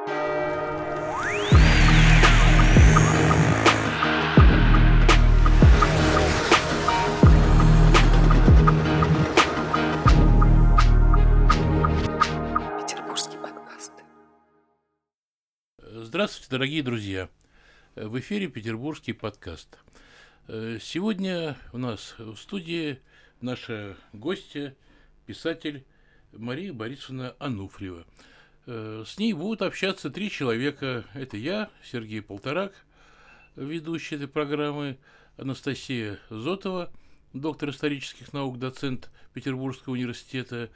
Петербургский подкаст. Здравствуйте, дорогие друзья! В эфире Петербургский подкаст. Сегодня у нас в студии наша гостья, писатель Мария Борисовна Ануфриева. С ней будут общаться 3 человека. Это я, Сергей Полторак, ведущий этой программы, Анастасия Зотова, доктор исторических наук, доцент Петербургского университета,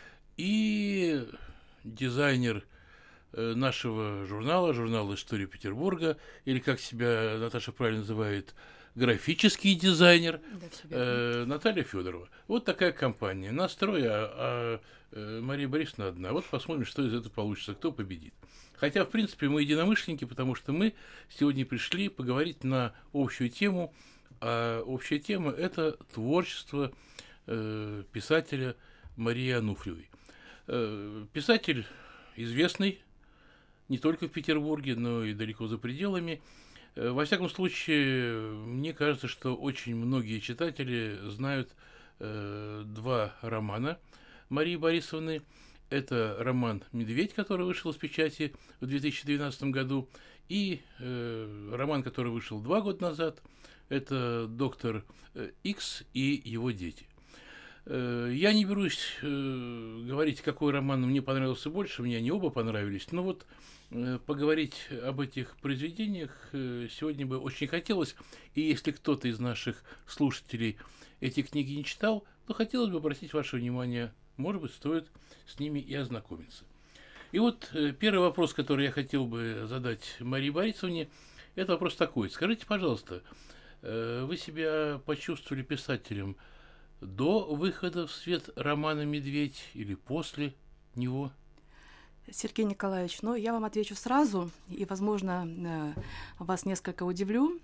и дизайнер нашего журнала «История Петербурга», или, как себя Наташа правильно называет, графический дизайнер, Наталья Федорова. Вот такая компания. Нас трое, а Мария Борисовна одна. Вот посмотрим, что из этого получится, кто победит. Хотя, в принципе, мы единомышленники, потому что мы сегодня пришли поговорить на общую тему. А общая тема – это творчество писателя Марии Ануфриевой. Писатель известный не только в Петербурге, но и далеко за пределами. Во всяком случае, мне кажется, что очень многие читатели знают 2 романа Марии Борисовны. Это роман «Медведь», который вышел из печати в 2012 году, и роман, который вышел 2 года назад, это «Доктор Икс и его дети». Я не берусь говорить, какой роман мне понравился больше, мне они оба понравились, но вот поговорить об этих произведениях сегодня бы очень хотелось, и если кто-то из наших слушателей эти книги не читал, то хотелось бы обратить ваше внимание, может быть, стоит с ними и ознакомиться. И вот первый вопрос, который я хотел бы задать Марии Борисовне, это вопрос такой. Скажите, пожалуйста, вы себя почувствовали писателем до выхода в свет романа «Медведь» или после него? Сергей Николаевич, я вам отвечу сразу, и, возможно, вас несколько удивлю.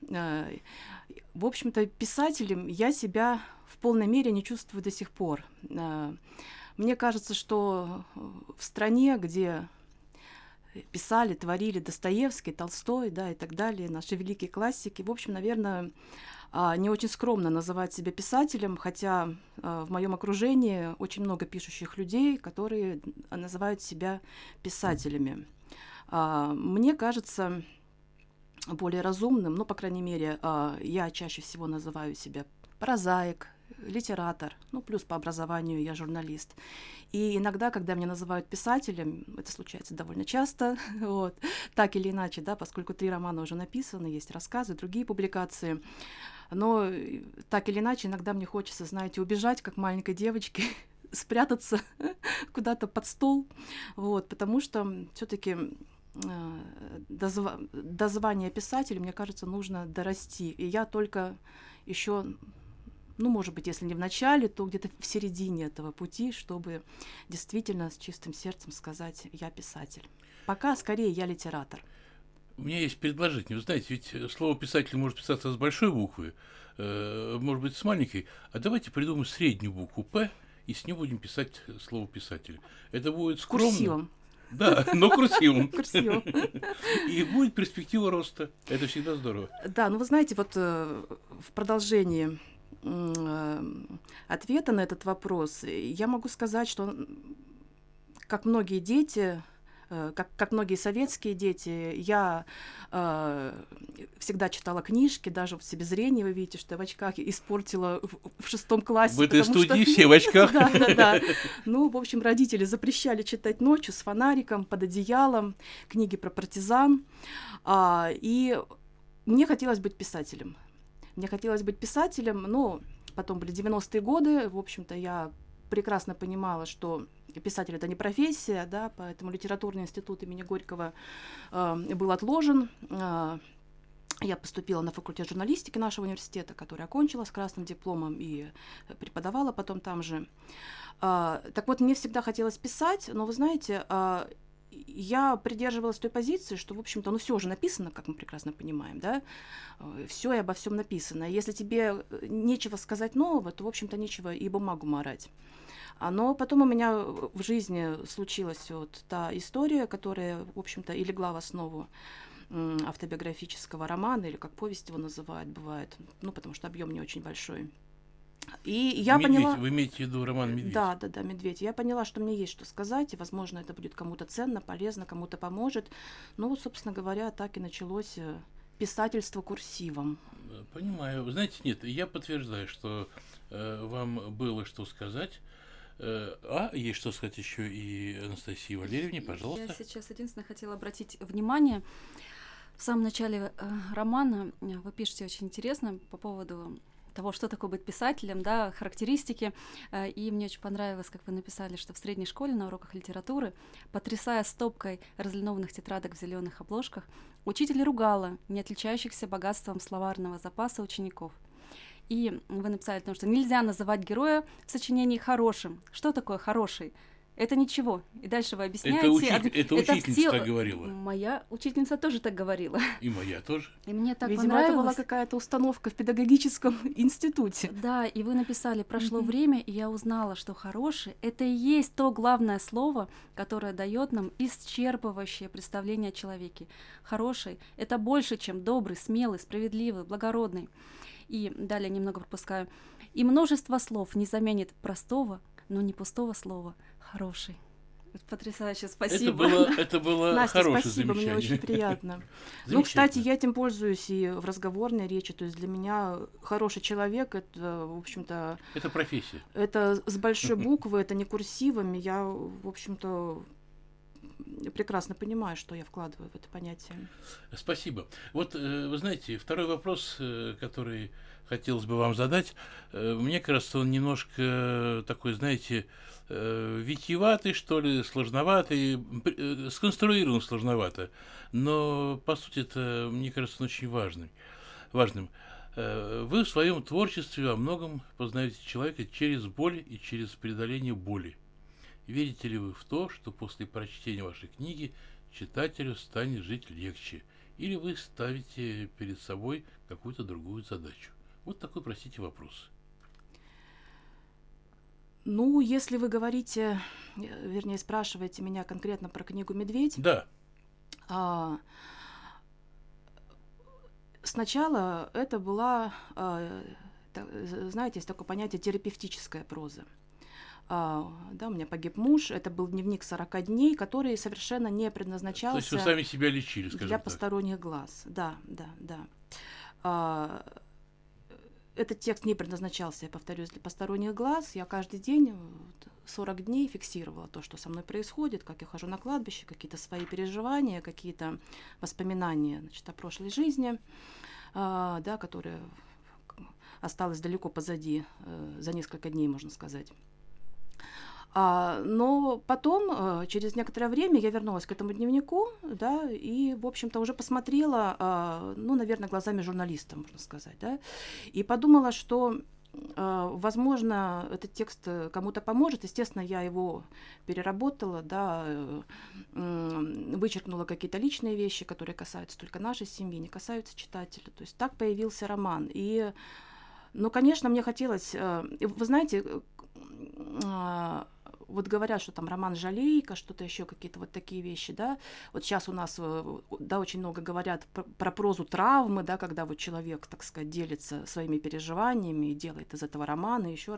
В общем-то, писателем я себя в полной мере не чувствую до сих пор. Мне кажется, что в стране, где писали, творили Достоевский, Толстой, и так далее, наши великие классики, в общем, наверное, не очень скромно называть себя писателем, хотя в моем окружении очень много пишущих людей, которые называют себя писателями. Мне кажется более разумным, по крайней мере, я чаще всего называю себя прозаик, литератор, плюс по образованию я журналист. И иногда, когда меня называют писателем, это случается довольно часто, так или иначе, поскольку 3 романа уже написаны, есть рассказы, другие публикации, но так или иначе иногда мне хочется, знаете, убежать, как маленькой девочке, спрятаться куда-то под стол, потому что все-таки до звания писателя, мне кажется, нужно дорасти. И я только еще, может быть, если не в начале, то где-то в середине этого пути, чтобы действительно с чистым сердцем сказать «я писатель». Пока скорее я литератор. У меня есть предложение. Вы знаете, ведь слово «писатель» может писаться с большой буквы, может быть, с маленькой. А давайте придумаем среднюю букву «П», и с ней будем писать слово «писатель». Это будет скромно. Курсивом. Да, но курсивом. Курсивом. И будет перспектива роста. Это всегда здорово. Да, вы знаете, в продолжении ответа на этот вопрос я могу сказать, что как многие дети, как многие советские дети, я всегда читала книжки, даже себе зрение, вы видите, что я в очках испортила в 6 классе. В этой студии все в очках. Да. В общем, родители запрещали читать ночью с фонариком, под одеялом, книги про партизан. И мне хотелось быть писателем. Но потом были 90-е годы, в общем-то, я прекрасно понимала, что писатель — это не профессия, поэтому литературный институт имени Горького был отложен. Я поступила на факультет журналистики нашего университета, который окончила с красным дипломом и преподавала потом там же. Так вот, мне всегда хотелось писать, но, вы знаете, я придерживалась той позиции, что, в общем-то, все уже написано, как мы прекрасно понимаем, все и обо всем написано. Если тебе нечего сказать нового, то, в общем-то, нечего и бумагу марать. Но потом у меня в жизни случилась вот та история, которая, в общем-то, и легла в основу автобиографического романа, или как повесть его называют, бывает, ну, потому что объем не очень большой. И я «Медведь». поняла... Вы имеете в виду роман «Медведь»? Да, «Медведь». Я поняла, что мне есть что сказать, и, возможно, это будет кому-то ценно, полезно, кому-то поможет. Ну, вот, собственно говоря, так и началось писательство курсивом. Понимаю. Вы знаете, нет, я подтверждаю, что вам было что сказать. Есть что сказать еще и Анастасии Валерьевне, пожалуйста. Я сейчас единственное хотела обратить внимание. В самом начале романа вы пишете очень интересно по поводу того, что такое быть писателем, да, характеристики. И мне очень понравилось, как вы написали, что в средней школе на уроках литературы, потрясая стопкой разлинованных тетрадок в зеленых обложках, учитель ругала не отличающихся богатством словарного запаса учеников. И вы написали, потому что нельзя называть героя в сочинении хорошим. Что такое хороший? Это ничего. И дальше вы объясняете. Это учительница так говорила. Моя учительница тоже так говорила. И моя тоже. И мне так Видимо, понравилось. это была какая-то установка в педагогическом институте. Да, и вы написали, прошло время, и я узнала, что хороший — это и есть то главное слово, которое дает нам исчерпывающее представление о человеке. Хороший — это больше, чем добрый, смелый, справедливый, благородный. И далее немного пропускаю. И множество слов не заменит простого, но не пустого слова «хороший». Потрясающе, спасибо. Это было Настя, хорошее спасибо, замечание. мне очень приятно. Ну, кстати, я этим пользуюсь и в разговорной речи. То есть для меня хороший человек — это, в общем-то... Это профессия. Это с большой буквы, это не курсивами. Я, в общем-то, прекрасно понимаю, что я вкладываю в это понятие. Спасибо. Вот, вы знаете, второй вопрос, который хотелось бы вам задать, мне кажется, он немножко такой, знаете, витиеватый, что ли, сложноватый, сконструирован сложновато, но, по сути, это, мне кажется, он очень важным. Вы в своем творчестве во многом познаете человека через боль и через преодоление боли. Верите ли вы в то, что после прочтения вашей книги читателю станет жить легче? Или вы ставите перед собой какую-то другую задачу? Вот такой, простите, вопрос. Ну, если вы говорите, вернее, спрашиваете меня конкретно про книгу «Медведь». Да. Сначала это была, знаете, есть такое понятие терапевтическая проза. Да, у меня погиб муж, это был дневник 40 дней, который совершенно не предназначался... То есть вы сами себя лечили, скажем для так. посторонних глаз. Да. Этот текст не предназначался, я повторюсь, для посторонних глаз. Я каждый день 40 дней фиксировала то, что со мной происходит, как я хожу на кладбище, какие-то свои переживания, какие-то воспоминания, значит, о прошлой жизни, да, которая осталась далеко позади, за несколько дней, можно сказать. Но потом, через некоторое время, я вернулась к этому дневнику, да, и, в общем-то, уже посмотрела, ну, наверное, глазами журналиста, можно сказать, да, и подумала, что, возможно, этот текст кому-то поможет. Естественно, я его переработала, да, вычеркнула какие-то личные вещи, которые касаются только нашей семьи, не касаются читателя. То есть так появился роман. И, ну, конечно, мне хотелось... Вы знаете... Вот говорят, что там роман «Жалейка», что-то еще, какие-то вот такие вещи, да. Вот сейчас у нас, да, очень много говорят про прозу травмы, да, когда вот человек, так сказать, делится своими переживаниями и делает из этого романы, еще.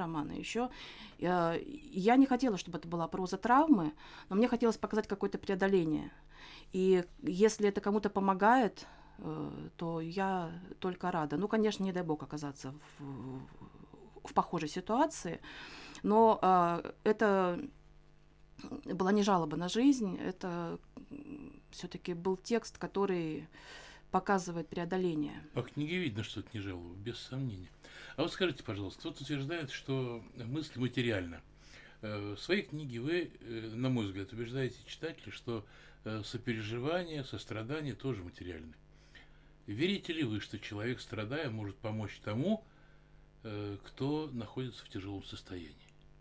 Я не хотела, чтобы это была проза травмы, но мне хотелось показать какое-то преодоление. И если это кому-то помогает, то я только рада. Ну, конечно, не дай бог оказаться в похожей ситуации, но это была не жалоба на жизнь, это все-таки был текст, который показывает преодоление. По книге видно, что это не жалоба, без сомнения. А вот скажите, пожалуйста, кто-то утверждает, что мысль материальна. В своей книге вы, на мой взгляд, убеждаете читателя, что сопереживание, сострадание тоже материальны. Верите ли вы, что человек, страдая, может помочь тому, кто находится в тяжелом состоянии?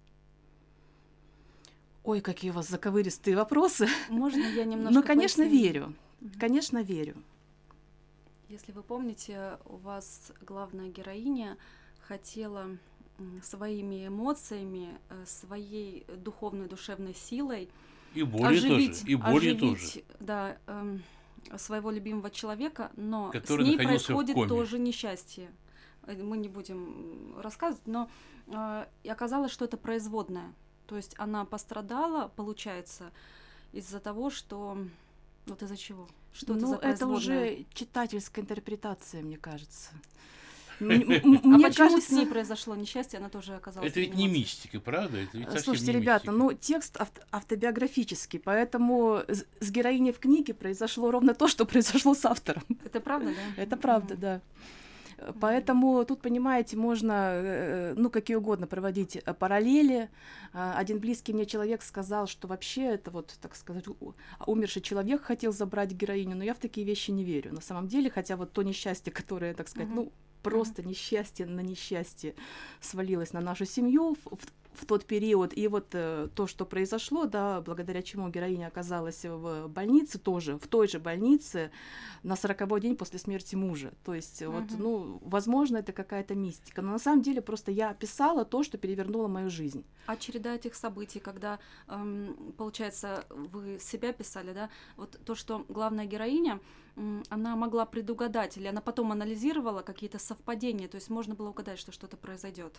Ой, какие у вас заковыристые вопросы. Можно я немножко Ну, конечно, поясню? верю. Конечно, верю. Если вы помните, у вас главная героиня хотела своими эмоциями, своей духовной, душевной силой И болью тоже, и болью тоже. оживить, да, своего любимого человека, но Который с ней находился в происходит коме. тоже несчастье. Мы не будем рассказывать, но и оказалось, что это производная. То есть она пострадала, получается, из-за того, что... Вот из-за чего? Что это за это производная? уже читательская интерпретация, мне кажется. А Мне почему с ней кажется... произошло несчастье, она тоже оказалась Это ведь не виноватой? мистика, правда? Это ведь совсем Слушайте, не ребята, мистика. ну текст автобиографический, поэтому с героиней в книге произошло ровно то, что произошло с автором. Это правда, да? Это правда, да. Поэтому тут, понимаете, можно, ну, какие угодно проводить параллели. Один близкий мне человек сказал, что вообще это вот, так сказать, умерший человек хотел забрать героиню, но я в такие вещи не верю. На самом деле, хотя вот то несчастье, которое, так сказать, ну, просто несчастье на несчастье свалилось на нашу семью в тот период. И вот то, что произошло, да, благодаря чему героиня оказалась в больнице тоже, в той же больнице, на 40-й день после смерти мужа. То есть, вот, ну, возможно, это какая-то мистика. Но на самом деле просто я описала то, что перевернуло мою жизнь. А череда этих событий, когда, получается, вы себя писали, да, вот то, что главная героиня, она могла предугадать, или она потом анализировала какие-то совпадения, то есть можно было угадать, что что-то произойдет.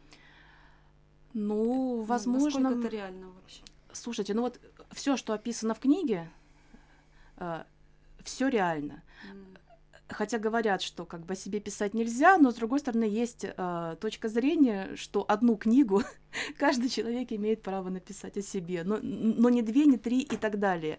Ну, возможно. Насколько это реально вообще? Слушайте, ну вот все, что описано в книге, все реально. Хотя говорят, что как бы о себе писать нельзя, но с другой стороны есть точка зрения, что одну книгу каждый человек имеет право написать о себе, но не 2, не 3 и так далее.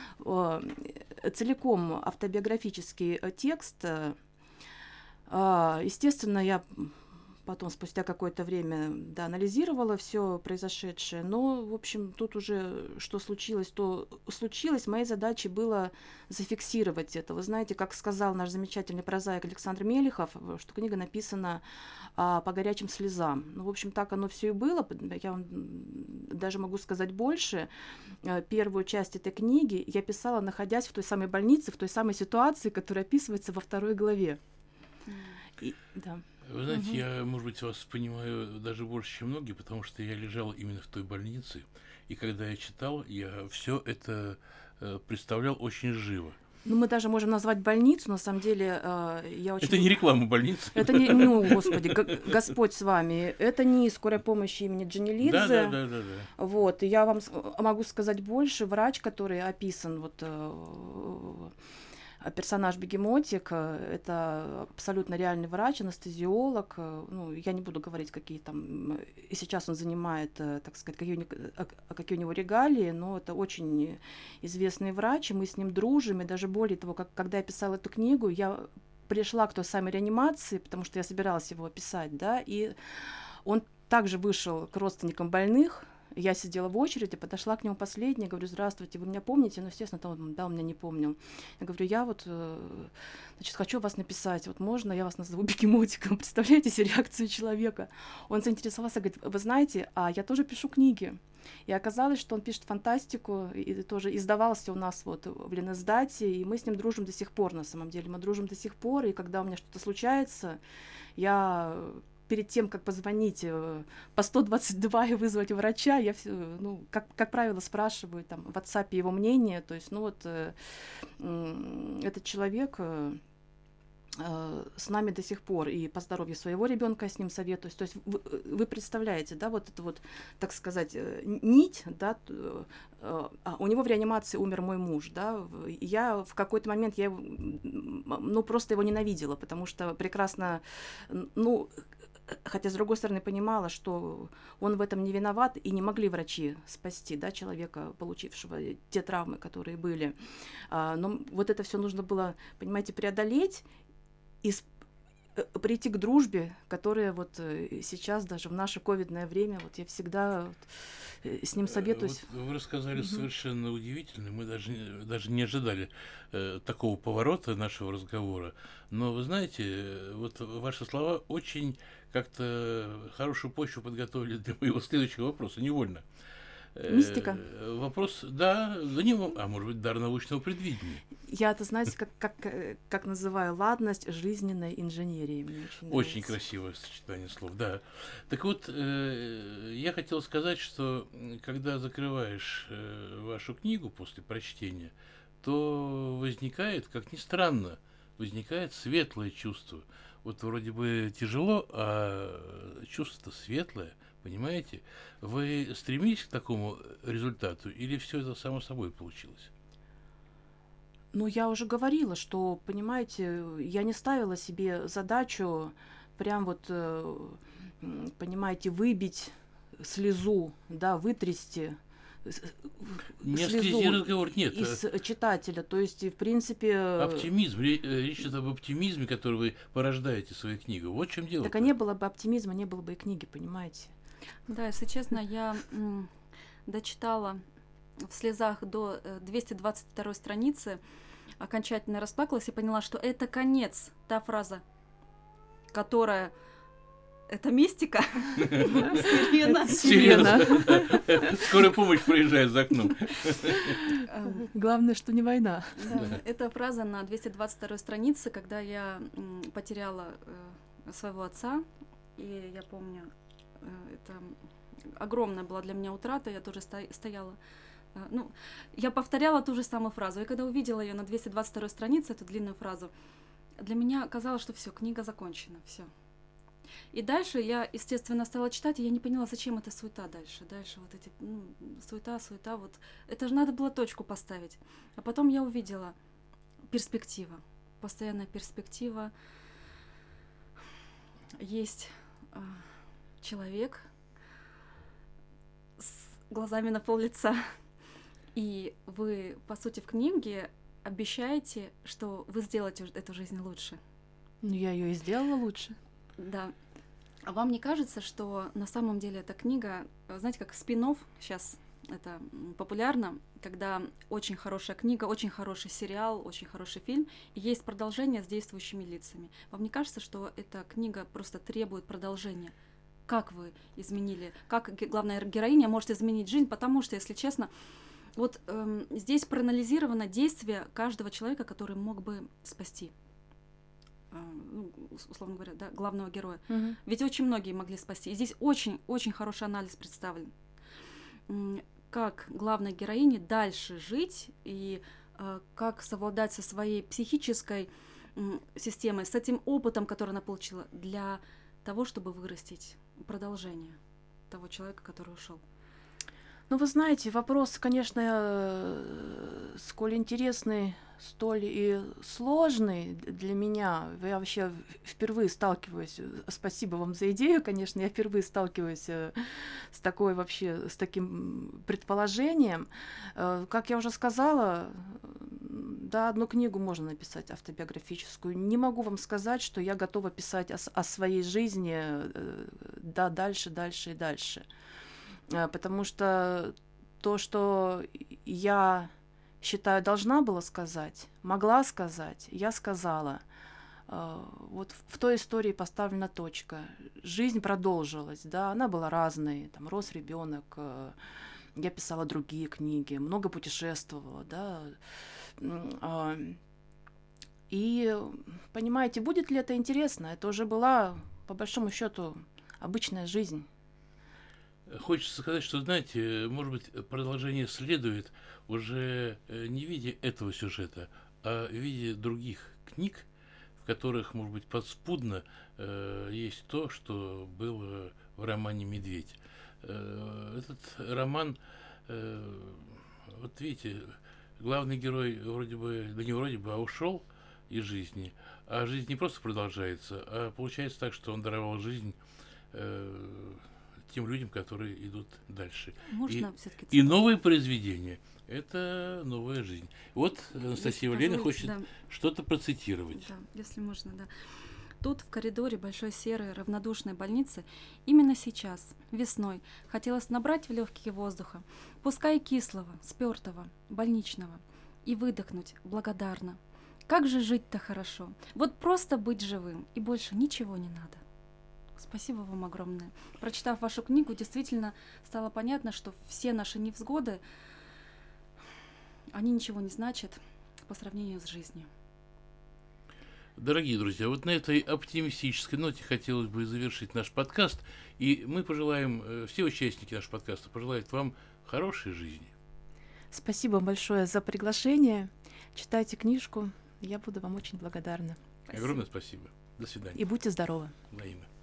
Целиком автобиографический текст, естественно, я потом, спустя какое-то время, да, анализировала все произошедшее, но, в общем, тут уже что случилось, то случилось. Моей задачей было зафиксировать это. Вы знаете, как сказал наш замечательный прозаик Александр Мелехов, что книга написана по горячим слезам. Ну, в общем, так оно все и было. Я вам даже могу сказать больше. Первую часть этой книги я писала, находясь в той самой больнице, в той самой ситуации, которая описывается во 2 главе. Да. Вы знаете, я, может быть, вас понимаю даже больше, чем многие, потому что я лежал именно в той больнице, и когда я читал, я все это представлял очень живо. Ну, мы даже можем назвать больницу, на самом деле, я очень... Это не реклама больницы. Это не, ну, господи, Господь с вами. Это не скорая помощь имени Джанелидзе. Да. Вот, и я вам могу сказать больше. Врач, который описан, вот, персонаж Бегемотик, это абсолютно реальный врач, анестезиолог. Ну, я не буду говорить, какие там... И сейчас он занимает, так сказать, какие у него регалии, но это очень известный врач, и мы с ним дружим. И даже более того, когда я писала эту книгу, я пришла к той самой реанимации, потому что я собиралась его описать, да, и он также вышел к родственникам больных. Я сидела в очереди, подошла к нему последней, говорю: здравствуйте, вы меня помните? Ну, естественно, там, да, он меня не помнил. Я говорю: я вот, значит, хочу вас написать, вот можно я вас назову Бегемотиком? Представляете себе реакцию человека? Он заинтересовался, говорит: вы знаете, а я тоже пишу книги. И оказалось, что он пишет фантастику, и тоже издавался у нас вот в Ленэсдате, и мы с ним дружим до сих пор, на самом деле. Мы дружим до сих пор, и когда у меня что-то случается, я... перед тем, как позвонить по 122 и вызвать врача, я, ну, как правило, спрашиваю там в WhatsApp его мнение. То есть, ну вот, этот человек с нами до сих пор, и по здоровью своего ребенка с ним советуюсь. То есть вы представляете, да, вот это вот, так сказать, нить, да, у него в реанимации умер мой муж, да, я в какой-то момент, я его, ну, просто его ненавидела, потому что прекрасно, ну, хотя, с другой стороны, понимала, что он в этом не виноват, и не могли врачи спасти, да, человека, получившего те травмы, которые были. Но вот это все нужно было, понимаете, преодолеть и прийти к дружбе, которая вот сейчас, даже в наше ковидное время, вот я всегда с ним советуюсь. Вот вы рассказали совершенно удивительно, мы даже не ожидали такого поворота нашего разговора, но вы знаете, вот ваши слова очень как-то хорошую почву подготовили для моего следующего вопроса, невольно. Мистика? Вопрос, да, за него, а может быть, дар научного предвидения. Я это, знаете, как называю, ладность жизненной инженерии. Мне очень Очень нравится. красивое сочетание слов, да. Так вот, я хотел сказать, что когда закрываешь вашу книгу после прочтения, то возникает, как ни странно, возникает светлое чувство. Вот вроде бы тяжело, а чувство-то светлое, понимаете? Вы стремились к такому результату или все это само собой получилось? Ну, я уже говорила, что, понимаете, я не ставила себе задачу прям вот, понимаете, выбить слезу, да, вытрясти Не о слезе слезу разговор нет. из читателя. То есть, и, в принципе, Оптимизм. Речь идет об оптимизме, который вы порождаете своей книгой. Вот в чем дело. так а не было бы оптимизма, не было бы и книги, понимаете? Да, если честно, я дочитала в слезах до 222 страницы, окончательно расплакалась и поняла, что это конец, та фраза, которая... Это мистика. Сирена. Сирена. Скорая помощь проезжает за окном. Главное, что не война. Да, это фраза на 222 странице, когда я потеряла своего отца, и я помню, это огромная была для меня утрата, я тоже стояла. Ну, я повторяла ту же самую фразу, и когда увидела ее на 222 странице, эту длинную фразу, для меня казалось, что все, книга закончена, все. И дальше я, естественно, стала читать, и я не поняла, зачем эта суета дальше. Дальше вот эти, суета, вот. Это же надо было точку поставить. А потом я увидела перспектива, постоянная перспектива. Есть человек с глазами на пол-лица, и вы, по сути, в книге обещаете, что вы сделаете эту жизнь лучше. Ну, я ее и сделала лучше. Да. А вам не кажется, что на самом деле эта книга, знаете, как спин-офф сейчас это популярно, когда очень хорошая книга, очень хороший сериал, очень хороший фильм, и есть продолжение с действующими лицами. Вам не кажется, что эта книга просто требует продолжения? Как вы изменили, как главная героиня может изменить жизнь? Потому что, если честно, вот здесь проанализировано действие каждого человека, который мог бы спасти, условно говоря, да, главного героя. Угу. Ведь очень многие могли спасти. И здесь очень-очень хороший анализ представлен. Как главной героине дальше жить и как совладать со своей психической системой, с этим опытом, который она получила, для того, чтобы вырастить продолжение того человека, который ушел. Ну, вы знаете, вопрос, конечно, сколь интересный, столь и сложный для меня. Я вообще впервые сталкиваюсь, спасибо вам за идею, конечно, я впервые сталкиваюсь с такой вообще, с таким предположением. Как я уже сказала, да, одну книгу можно написать автобиографическую. Не могу вам сказать, что я готова писать о своей жизни, да, дальше и дальше. Потому что то, что я считаю, должна была сказать, могла сказать, я сказала. Вот в той истории поставлена точка. Жизнь продолжилась, да, она была разной. Там рос ребенок, я писала другие книги, много путешествовала, да. И, понимаете, будет ли это интересно? Это уже была, по большому счету, обычная жизнь. Хочется сказать, что, знаете, может быть, продолжение следует уже не в виде этого сюжета, а в виде других книг, в которых, может быть, подспудно есть то, что было в романе «Медведь». Этот роман, вот видите, главный герой вроде бы, да не вроде бы, а ушел из жизни, а жизнь не просто продолжается, а получается так, что он даровал жизнь тем людям, которые идут дальше. Можно все-таки и новые произведения – это новая жизнь. Вот Анастасия Валерьевна хочет что-то процитировать. Да, если можно, да. Тут, в коридоре большой серой равнодушной больницы, именно сейчас, весной, хотелось набрать в легкие воздуха, пускай кислого, спёртого, больничного, и выдохнуть благодарно. Как же жить-то хорошо. Вот просто быть живым, и больше ничего не надо. Спасибо вам огромное. Прочитав вашу книгу, действительно стало понятно, что все наши невзгоды, они ничего не значат по сравнению с жизнью. Дорогие друзья, вот на этой оптимистической ноте хотелось бы завершить наш подкаст. И мы пожелаем, все участники нашего подкаста пожелают вам хорошей жизни. Спасибо большое за приглашение. Читайте книжку. Я буду вам очень благодарна. Спасибо. Огромное спасибо. До свидания. И будьте здоровы. Взаимно.